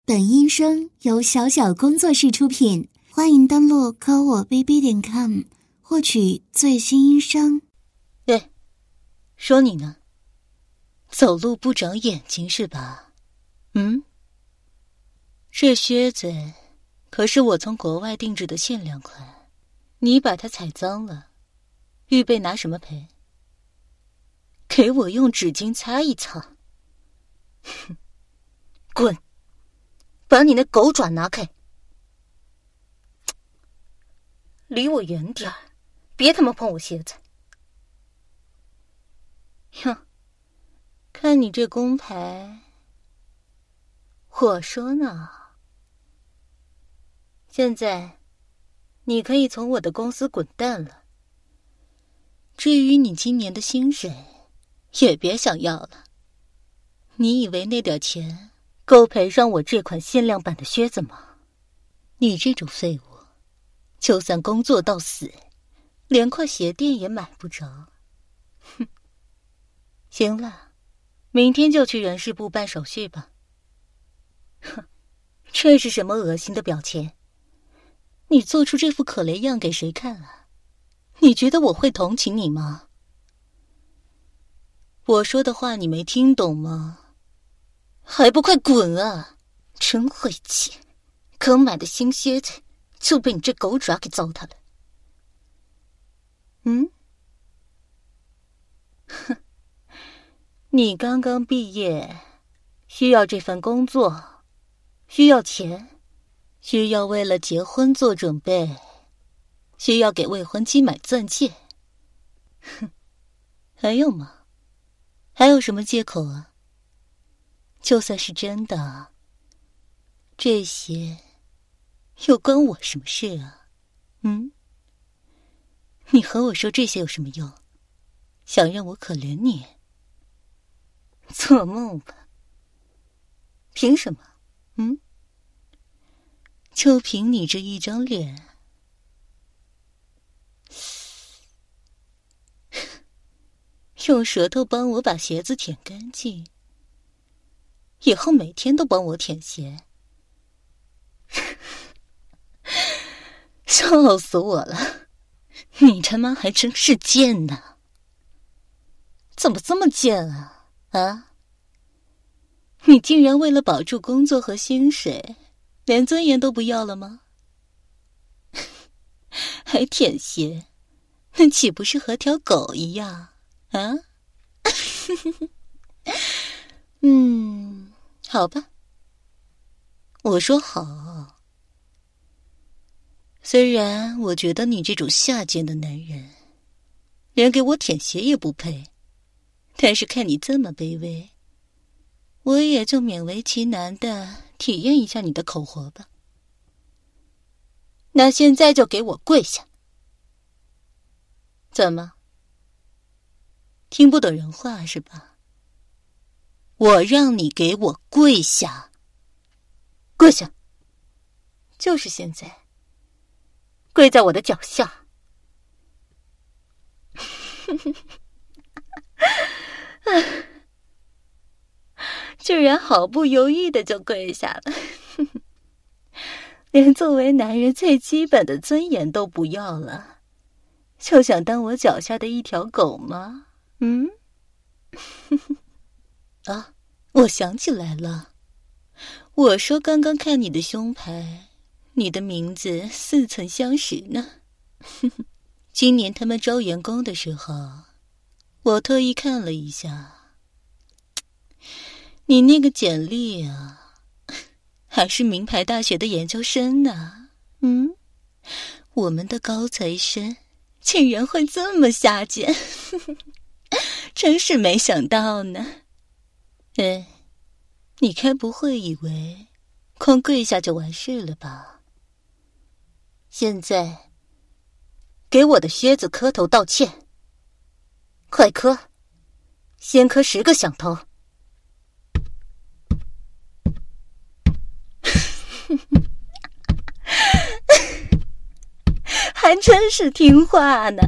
本音声由小小工作室出品，欢迎登录科我 bb.com 获取最新音声。 喂，说你呢？走路不长眼睛是吧？这靴子可是我从国外定制的限量款，你把它踩脏了，预备拿什么赔？给我用纸巾擦一擦。哼，滚！把你那狗爪拿开！离我远点儿，别他妈碰我鞋子！哟，看你这工牌，我说呢，现在你可以从我的公司滚蛋了。至于你今年的薪水，也别想要了。你以为那点钱够赔上我这款限量版的靴子吗？你这种废物，就算工作到死，连块鞋垫也买不着。哼！行了，明天就去人事部办手续吧。哼，这是什么恶心的表情？你做出这副可怜样给谁看啊？你觉得我会同情你吗？我说的话你没听懂吗？还不快滚啊！真晦气，刚买的新靴子就被你这狗爪给糟蹋了。哼，你刚刚毕业，需要这份工作，需要钱，需要为了结婚做准备，需要给未婚妻买钻戒。哼，还有吗？还有什么借口啊？就算是真的，这些又关我什么事啊？你和我说这些有什么用？想让我可怜你？做梦吧！凭什么？就凭你这一张脸，用舌头帮我把鞋子舔干净，以后每天都帮我舔鞋。笑死我了！你他妈还真是贱呐！怎么这么贱啊？你竟然为了保住工作和薪水，连尊严都不要了吗？还舔鞋，那岂不是和条狗一样啊？好吧，我说好。虽然我觉得你这种下贱的男人，连给我舔鞋也不配，但是看你这么卑微，我也就勉为其难的体验一下你的口活吧。那现在就给我跪下！怎么？听不懂人话是吧？我让你给我跪下！跪下！就是现在！跪在我的脚下！居然毫不犹豫的就跪下了，连作为男人最基本的尊严都不要了，就想当我脚下的一条狗吗？啊，我想起来了，我说刚刚看你的胸牌，你的名字似曾相识呢。今年他们招员工的时候，我特意看了一下，你那个简历啊，还是名牌大学的研究生呢。我们的高材生竟然会这么下贱，真是没想到呢。你该不会以为光跪下就完事了吧？现在给我的靴子磕头道歉，快磕，先磕10个响头。还真是听话呢。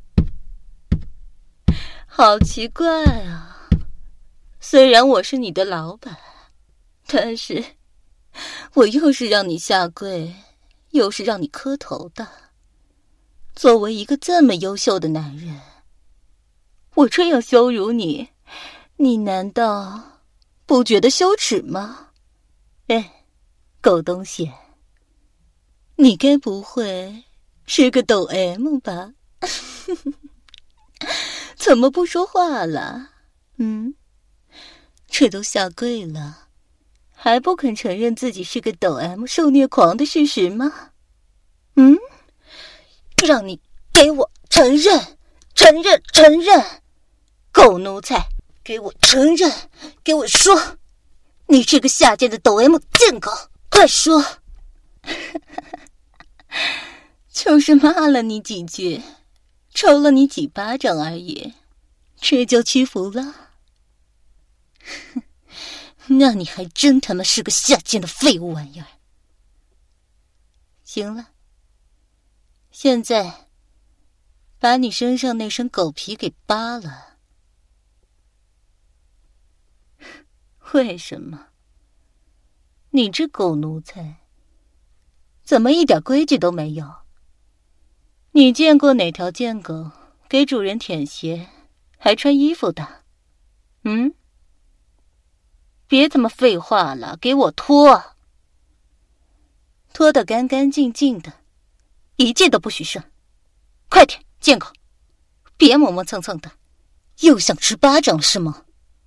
好奇怪啊，虽然我是你的老板，但是我又是让你下跪，又是让你磕头的。作为一个这么优秀的男人，我这样羞辱你，你难道不觉得羞耻吗？哎，狗东西，你该不会是个抖 M 吧？怎么不说话了？这都下跪了，还不肯承认自己是个抖 M 受虐狂的事实吗？让你给我承认，承认！狗奴才，给我承认，给我说，你这个下贱的抖 M 贱狗，快说！就是骂了你几句，抽了你几巴掌而已，这就屈服了？那你还真他妈是个下贱的废物玩意儿！行了，现在把你身上那身狗皮给扒了。为什么？你这狗奴才怎么一点规矩都没有？你见过哪条贱狗给主人舔鞋还穿衣服的？别他妈废话了，给我脱！脱得干干净净的，一件都不许剩。快点，贱狗，别磨磨蹭蹭的，又想吃巴掌是吗？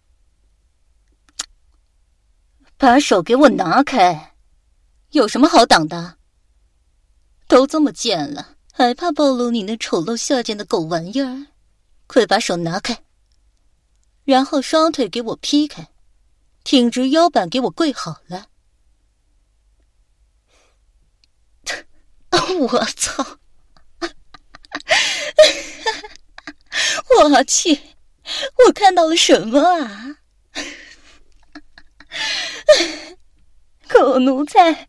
把手给我拿开！有什么好挡的？都这么贱了，还怕暴露你那丑陋下贱的狗玩意儿？快把手拿开，然后双腿给我劈开，挺直腰板给我跪好了。我操！我去，我看到了什么啊？狗奴才！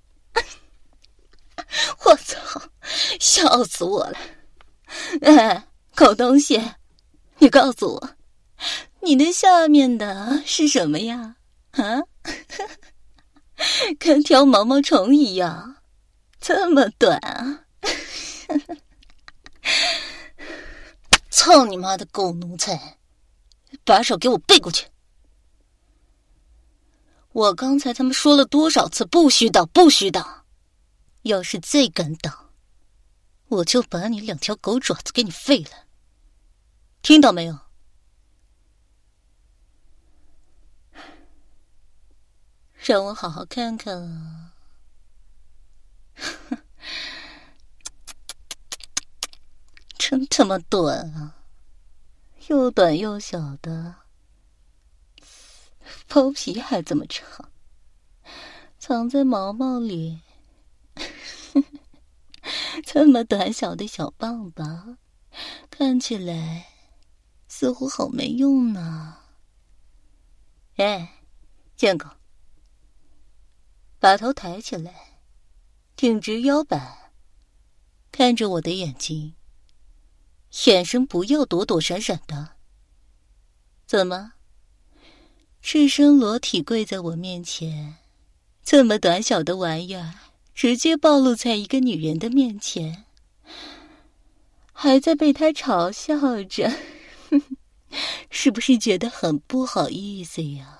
我操，笑死我了！哎，狗东西，你告诉我，你那下面的是什么呀？啊？跟条毛毛虫一样，这么短啊！操你妈的狗奴才，把手给我背过去！我刚才他们说了多少次不许倒，不许倒！要是再敢倒，我就把你两条狗爪子给你废了，听到没有？让我好好看看啊！真他妈短啊，又短又小的，包皮还这么长，藏在毛毛里。这么短小的小棒棒，看起来似乎好没用呢。哎，贱狗，把头抬起来，挺直腰板，看着我的眼睛，眼神不要躲躲闪闪的。怎么？赤身裸体跪在我面前，这么短小的玩意儿直接暴露在一个女人的面前，还在被她嘲笑着，是不是觉得很不好意思呀？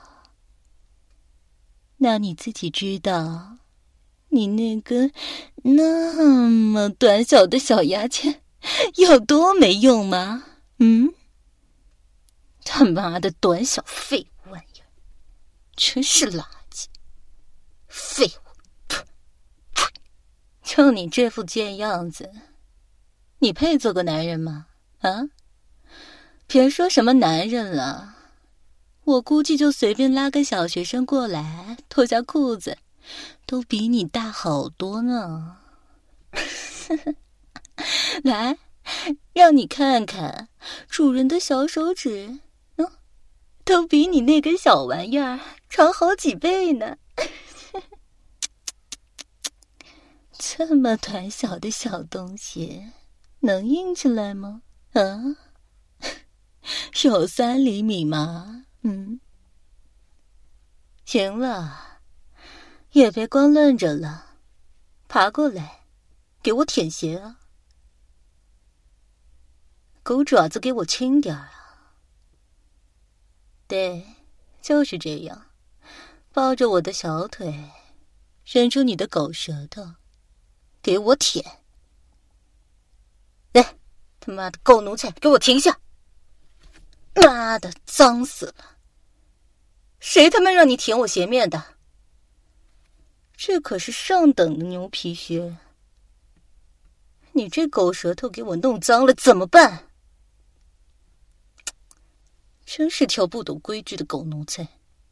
那你自己知道，你那个那么短小的小牙签有多没用吗？他妈的短小废物玩意儿，真是垃圾！废物！就你这副贱样子，你配做个男人吗？啊？别说什么男人了，我估计就随便拉个小学生过来脱下裤子，都比你大好多呢。来，让你看看，主人的小手指，都比你那根小玩意儿长好几倍呢。这么短小的小东西，能硬起来吗？啊？有3厘米吗？行了， 也别光愣着了，爬过来，给我舔鞋啊！狗爪子给我轻点啊！对，就是这样，抱着我的小腿，伸出你的狗舌头，给我舔！来，他妈的狗奴才，给我停下！妈的，脏死了！谁他妈让你舔我鞋面的？这可是上等的牛皮靴，你这狗舌头给我弄脏了怎么办？真是条不懂规矩的狗奴才！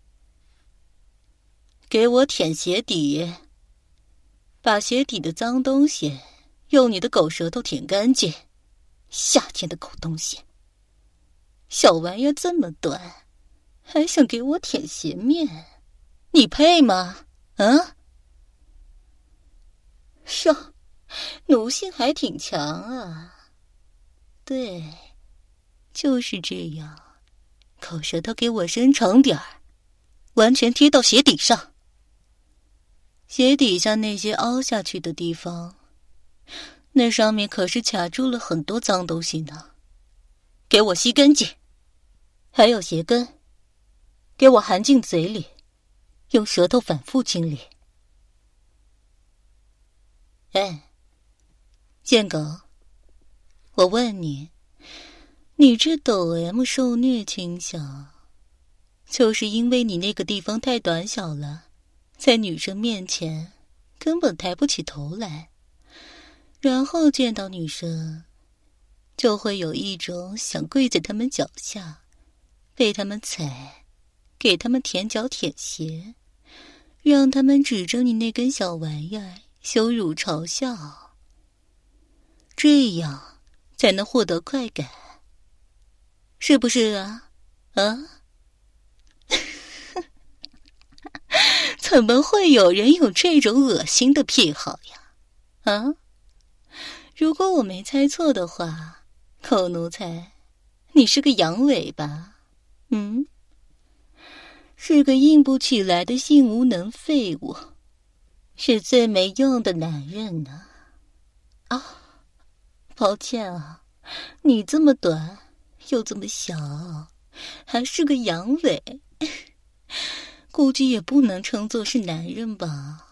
给我舔鞋底，把鞋底的脏东西用你的狗舌头舔干净。夏天的狗东西，小玩意儿这么短，还想给我舔鞋面，你配吗？啊？哟，奴性还挺强啊！对，就是这样。口舌头给我伸长点儿，完全贴到鞋底上。鞋底下那些凹下去的地方，那上面可是卡住了很多脏东西呢。给我吸干净。还有鞋跟，给我含进嘴里，用舌头反复清理。哎，贱狗，我问你，你这抖 M 受虐倾向，就是因为你那个地方太短小了，在女生面前根本抬不起头来，然后见到女生就会有一种想跪在她们脚下，被她们踩，给她们舔脚舔鞋，让她们指着你那根小玩意儿羞辱嘲笑，这样才能获得快感，是不是啊？啊？怎么会有人有这种恶心的癖好呀？啊？如果我没猜错的话，狗奴才，你是个阳痿吧？嗯？是个硬不起来的性无能废物，是最没用的男人呢。啊，抱歉啊，你这么短，又这么小，还是个阳痿，估计也不能称作是男人吧。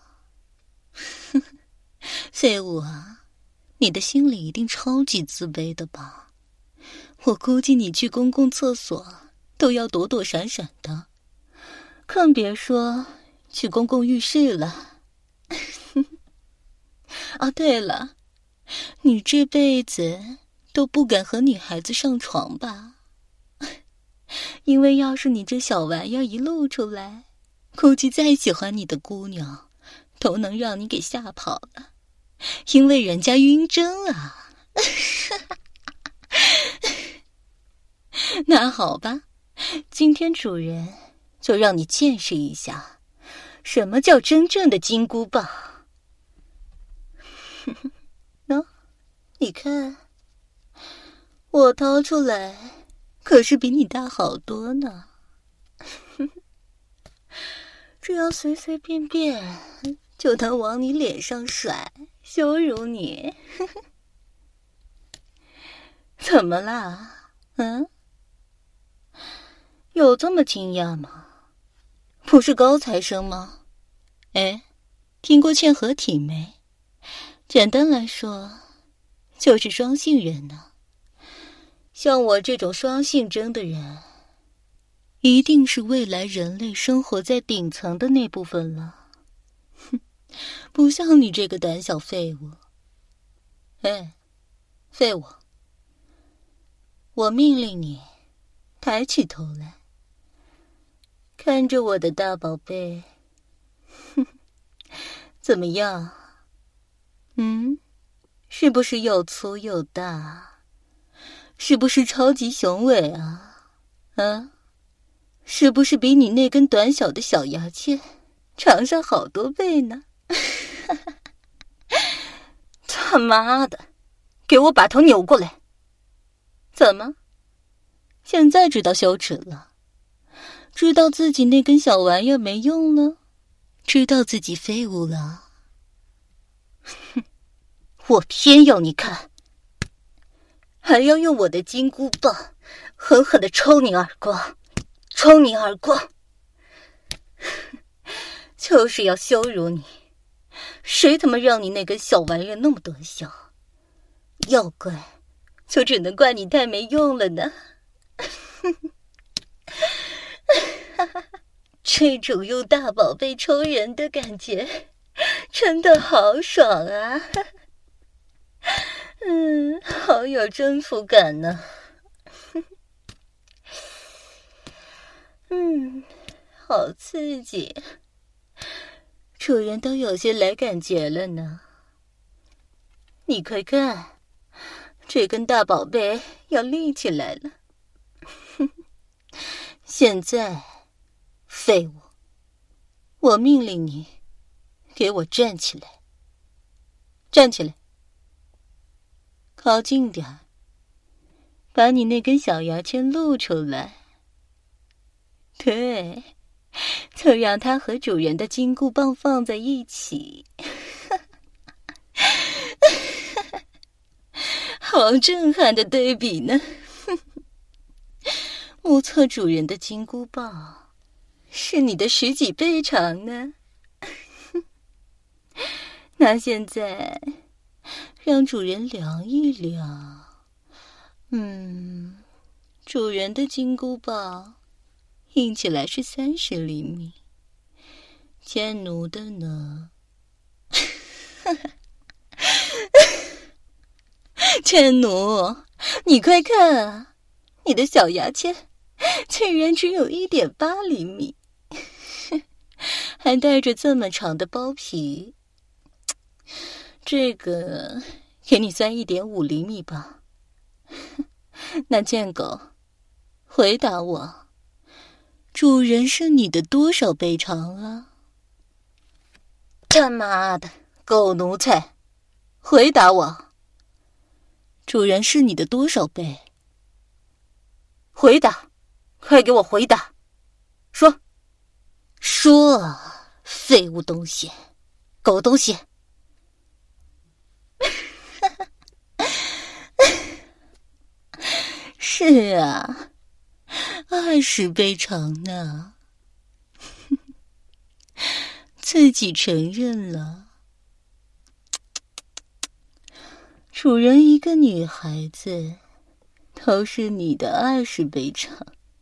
废物啊，你的心里一定超级自卑的吧？我估计你去公共厕所都要躲躲闪闪的，更别说去公共浴室了。啊，对了，你这辈子都不敢和女孩子上床吧？因为要是你这小玩意儿一露出来，估计再喜欢你的姑娘都能让你给吓跑了，因为人家晕针啊。那好吧，今天主人就让你见识一下什么叫真正的金箍棒。喏，你看，我掏出来可是比你大好多呢。只要随随便便就能往你脸上甩，羞辱你。怎么啦？嗯？有这么惊讶吗？不是高材生吗？哎，听过嵌合体没？简单来说，就是双性人呢。像我这种双性征的人，一定是未来人类生活在顶层的那部分了。哼，不像你这个胆小废物。哎，废物，我命令你抬起头来，看着我的大宝贝。哼，怎么样？嗯，是不是又粗又大？是不是超级雄伟啊？啊？是不是比你那根短小的小牙签长上好多倍呢？他妈的，给我把头扭过来！怎么？现在知道羞耻了？知道自己那根小玩意儿没用了？ 知道自己废物了？哼，我偏要你看，还要用我的金箍棒狠狠地抽你耳光，抽你耳光，就是要羞辱你。谁他妈让你那根小玩意儿那么短小？要怪就只能怪你太没用了呢。这种用大宝贝抽人的感觉真的好爽啊。好有征服感呢。好刺激，主人都有些来感觉了呢。你快看，这根大宝贝要立起来了。现在，废物，我命令你，给我站起来！站起来！靠近点，把你那根小牙签露出来。对，就让它和主人的金箍棒放在一起。好震撼的对比呢！目测主人的金箍棒是你的10几倍长呢。那现在让主人量一量。主人的金箍棒硬起来是30厘米，贱奴的呢？贱奴，你快看啊，你的小牙签竟然只有1.8厘米，还带着这么长的包皮。这个给你算1.5厘米吧。那贱狗，回答我，主人是你的多少倍长啊？他妈的，狗奴才，回答我，主人是你的多少倍？回答，快给我回答！说啊，废物东西，狗东西！是啊，20倍长呢。自己承认了，主人一个女孩子都是你的20倍长。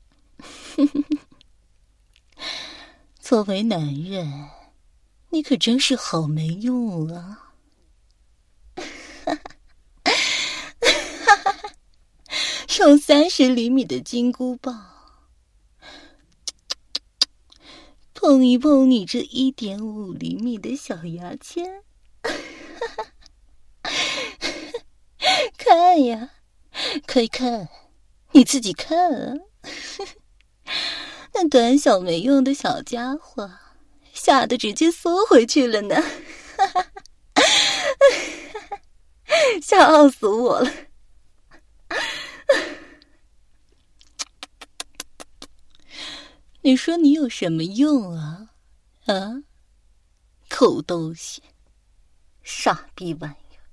作为男人，你可真是好没用啊。用30厘米的金箍棒碰一碰你这1.5厘米的小牙签。看呀，快看，你自己看啊。那短小没用的小家伙吓得直接缩回去了呢。笑死我了。你说你有什么用啊？啊，狗东西，傻逼玩意儿！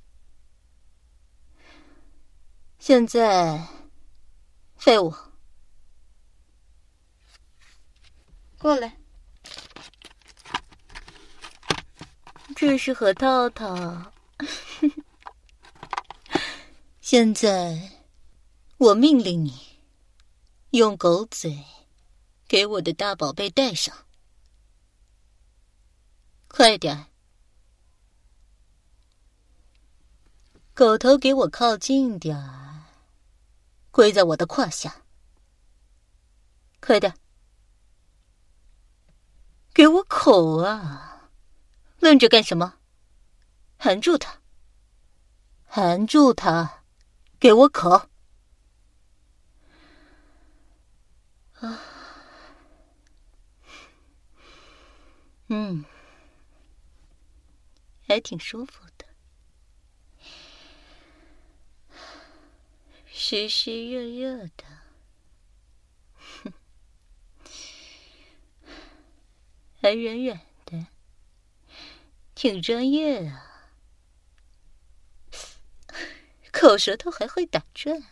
现在，废物，过来。这是核桃桃。现在，我命令你，用狗嘴给我的大宝贝戴上，快点！狗头给我靠近点儿，跪在我的胯下，快点！给我口啊！愣着干什么？含住它，含住它，给我口！啊。还挺舒服的，湿湿热热的，还软软的。 挺专业啊，口舌头还会打转。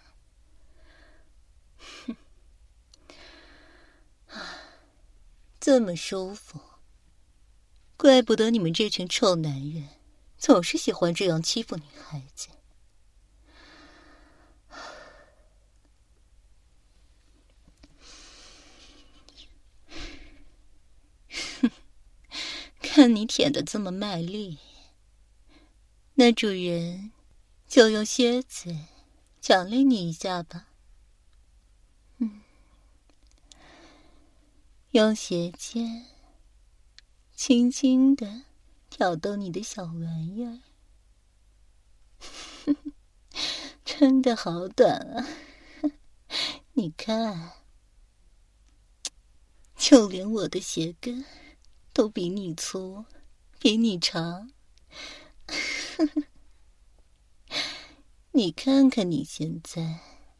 这么舒服，怪不得你们这群臭男人总是喜欢这样欺负女孩子。看你舔得这么卖力，那主人就用靴子奖励你一下吧。用鞋尖轻轻地挑逗你的小玩意儿。真的好短啊，你看，就连我的鞋跟都比你粗，比你长。你看看你现在，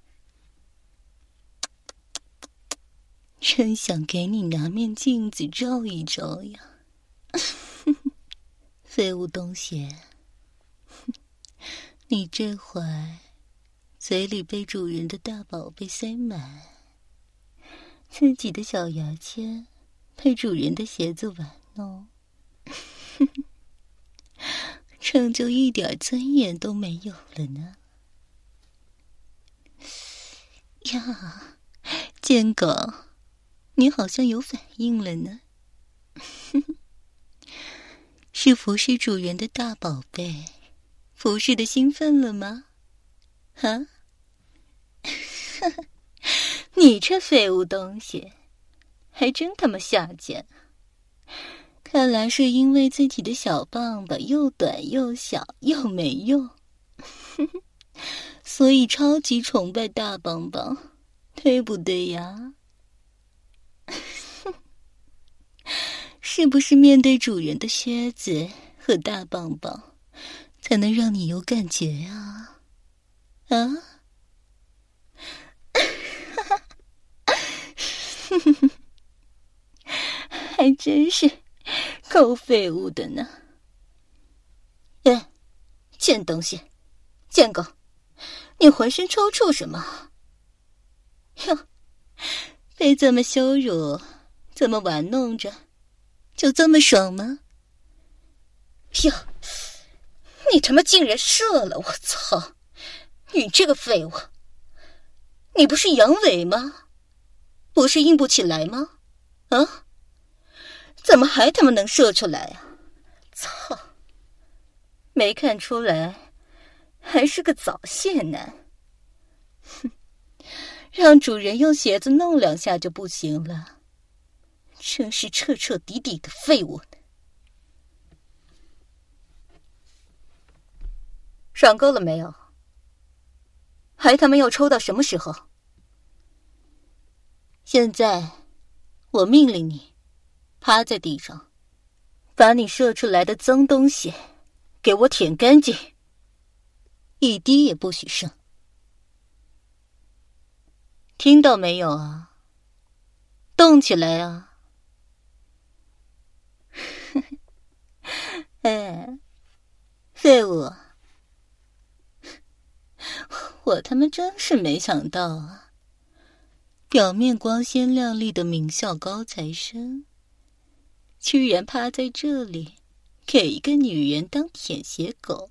真想给你拿面镜子照一照呀。废物东西，你这会儿嘴里被主人的大宝贝塞满，自己的小牙签被主人的鞋子玩弄，这就一点尊严都没有了呢。呀，贱狗，你好像有反应了呢。是服侍主人的大宝贝，服侍的兴奋了吗？啊？你这废物东西，还真他妈下贱！看来是因为自己的小棒棒又短又小又没用，所以超级崇拜大棒棒，对不对呀？是不是面对主人的靴子和大棒棒，才能让你有感觉啊？啊？还真是够废物的呢！哎，贱东西，贱狗，你浑身抽搐什么？哟，被这么羞辱，这么玩弄着，就这么爽吗？哟，你他妈竟然射了！我操！你这个废物，你不是阳痿吗？不是硬不起来吗？啊？怎么还他妈能射出来啊？操！没看出来，还是个早泄男。哼，让主人用鞋子弄两下就不行了，真是彻彻底底的废物呢。爽够了没有？还他妈要抽到什么时候？现在，我命令你，趴在地上，把你射出来的脏东西给我舔干净，一滴也不许剩。听到没有啊？动起来啊！哎，废物！我他妈真是没想到啊！表面光鲜亮丽的名校高材生，居然趴在这里给一个女人当舔鞋狗。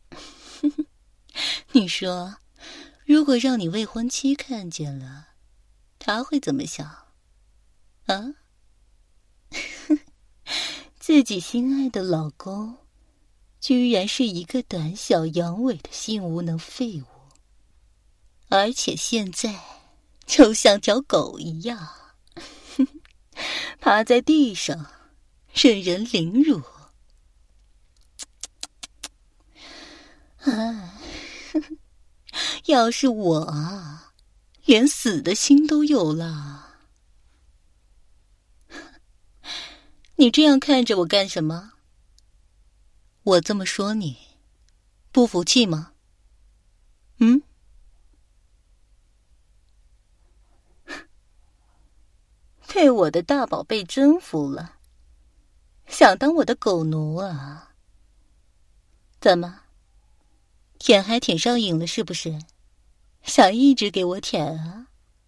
你说，如果让你未婚妻看见了，她会怎么想？啊？自己心爱的老公居然是一个短小阳痿的性无能废物，而且现在就像条狗一样趴在地上任人凌辱。啊，要是我啊，连死的心都有了。你这样看着我干什么？我这么说你，不服气吗？嗯？被我的大宝贝征服了，想当我的狗奴啊？ 怎么，舔还舔上瘾了是不是？想一直给我舔啊？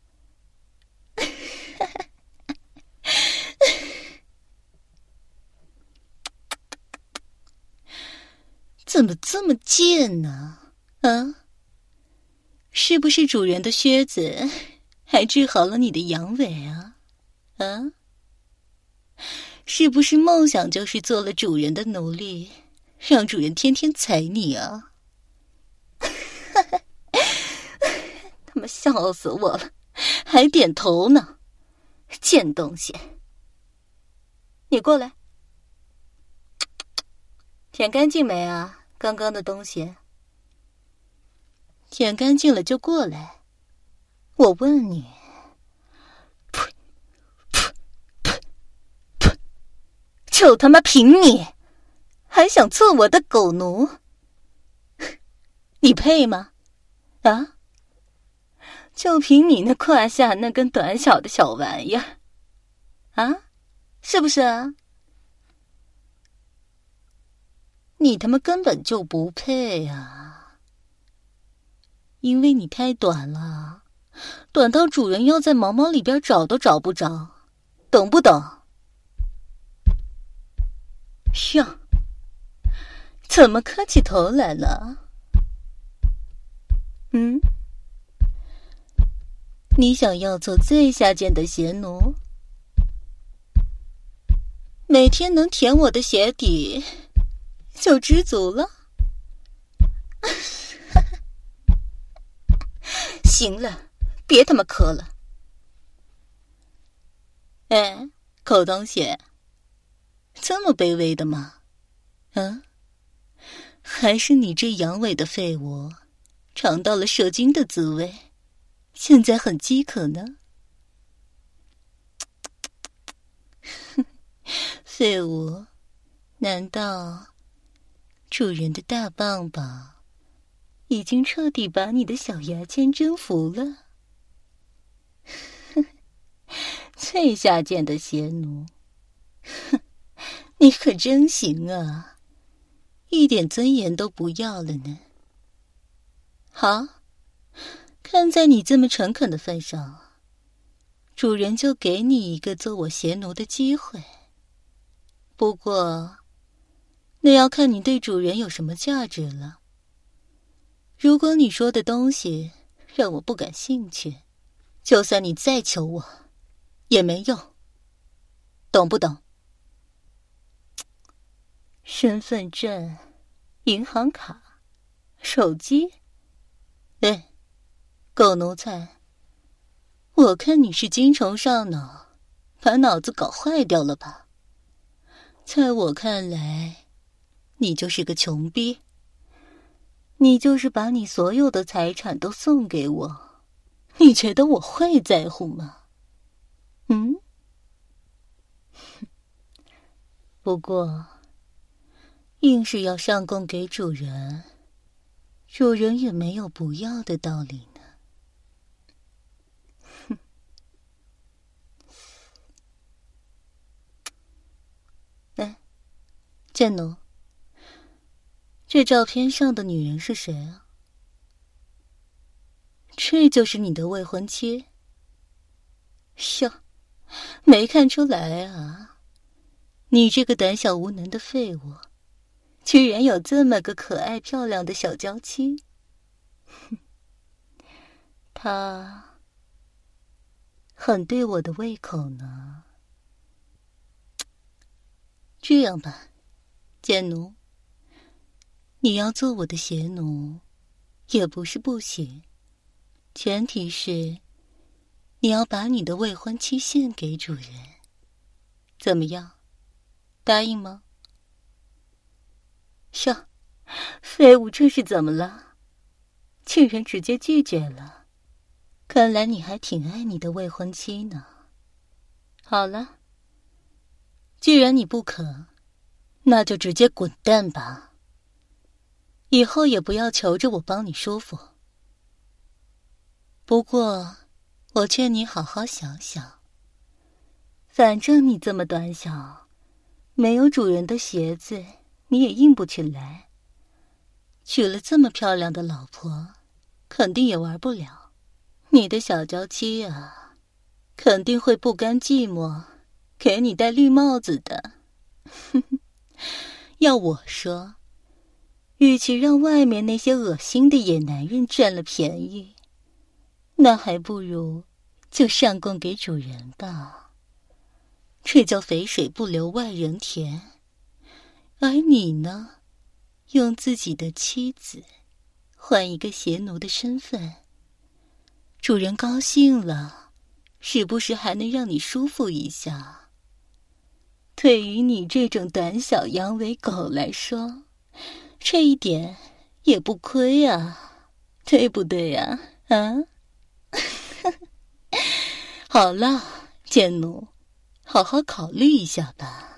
怎么这么贱呢？啊？是不是主人的靴子还治好了你的阳痿啊？啊？是不是梦想就是做了主人的奴隶，让主人天天踩你啊？他妈笑死我了，还点头呢，贱东西！你过来，舔干净没啊？刚刚的东西舔干净了就过来。我问你，就他妈凭你，还想做我的狗奴？你配吗？啊？就凭你那胯下那根短小的小玩意儿，啊？是不是啊？你他妈根本就不配啊！因为你太短了，短到主人要在毛毛里边找都找不着，懂不懂？哟，怎么磕起头来了？嗯？你想要做最下贱的鞋奴？每天能舔我的鞋底就知足了。行了，别他妈磕了。哎，狗东西，这么卑微的吗？啊？还是你这阳痿的废物尝到了射精的滋味，现在很饥渴呢？废物，难道主人的大棒棒已经彻底把你的小牙签征服了？最下贱的鞋奴，你可真行啊，一点尊严都不要了呢。好，看在你这么诚恳的份上，主人就给你一个做我鞋奴的机会。不过，那要看你对主人有什么价值了。如果你说的东西让我不感兴趣，就算你再求我，也没用，懂不懂？身份证、银行卡、手机，哎，狗奴才，我看你是精虫上脑，把脑子搞坏掉了吧？在我看来，你就是个穷逼。你就是把你所有的财产都送给我，你觉得我会在乎吗？嗯？不过，硬是要上供给主人，主人也没有不要的道理呢。哼！哎，贱奴，这照片上的女人是谁啊？这就是你的未婚妻？哟，没看出来啊，你这个胆小无能的废物，居然有这么个可爱漂亮的小娇妻。哼，她很对我的胃口呢。这样吧，贱奴，你要做我的鞋奴，也不是不行，前提是你要把你的未婚妻献给主人，怎么样？答应吗？哟，废物这是怎么了？竟然直接拒绝了，看来你还挺爱你的未婚妻呢。好了，既然你不肯，那就直接滚蛋吧。以后也不要求着我帮你说服。不过，我劝你好好想想，反正你这么短小，没有主人的鞋子你也硬不起来， 娶了这么漂亮的老婆，肯定也玩不了。你的小娇妻啊，肯定会不甘寂寞，给你戴绿帽子的。要我说，与其让外面那些恶心的野男人占了便宜，那还不如就上供给主人吧。这叫肥水不流外人田。而你呢，用自己的妻子换一个邪奴的身份，主人高兴了，时不时还能让你舒服一下。对于你这种胆小阳痿狗来说，这一点也不亏啊，对不对呀？啊？好了，贱奴，好好考虑一下吧。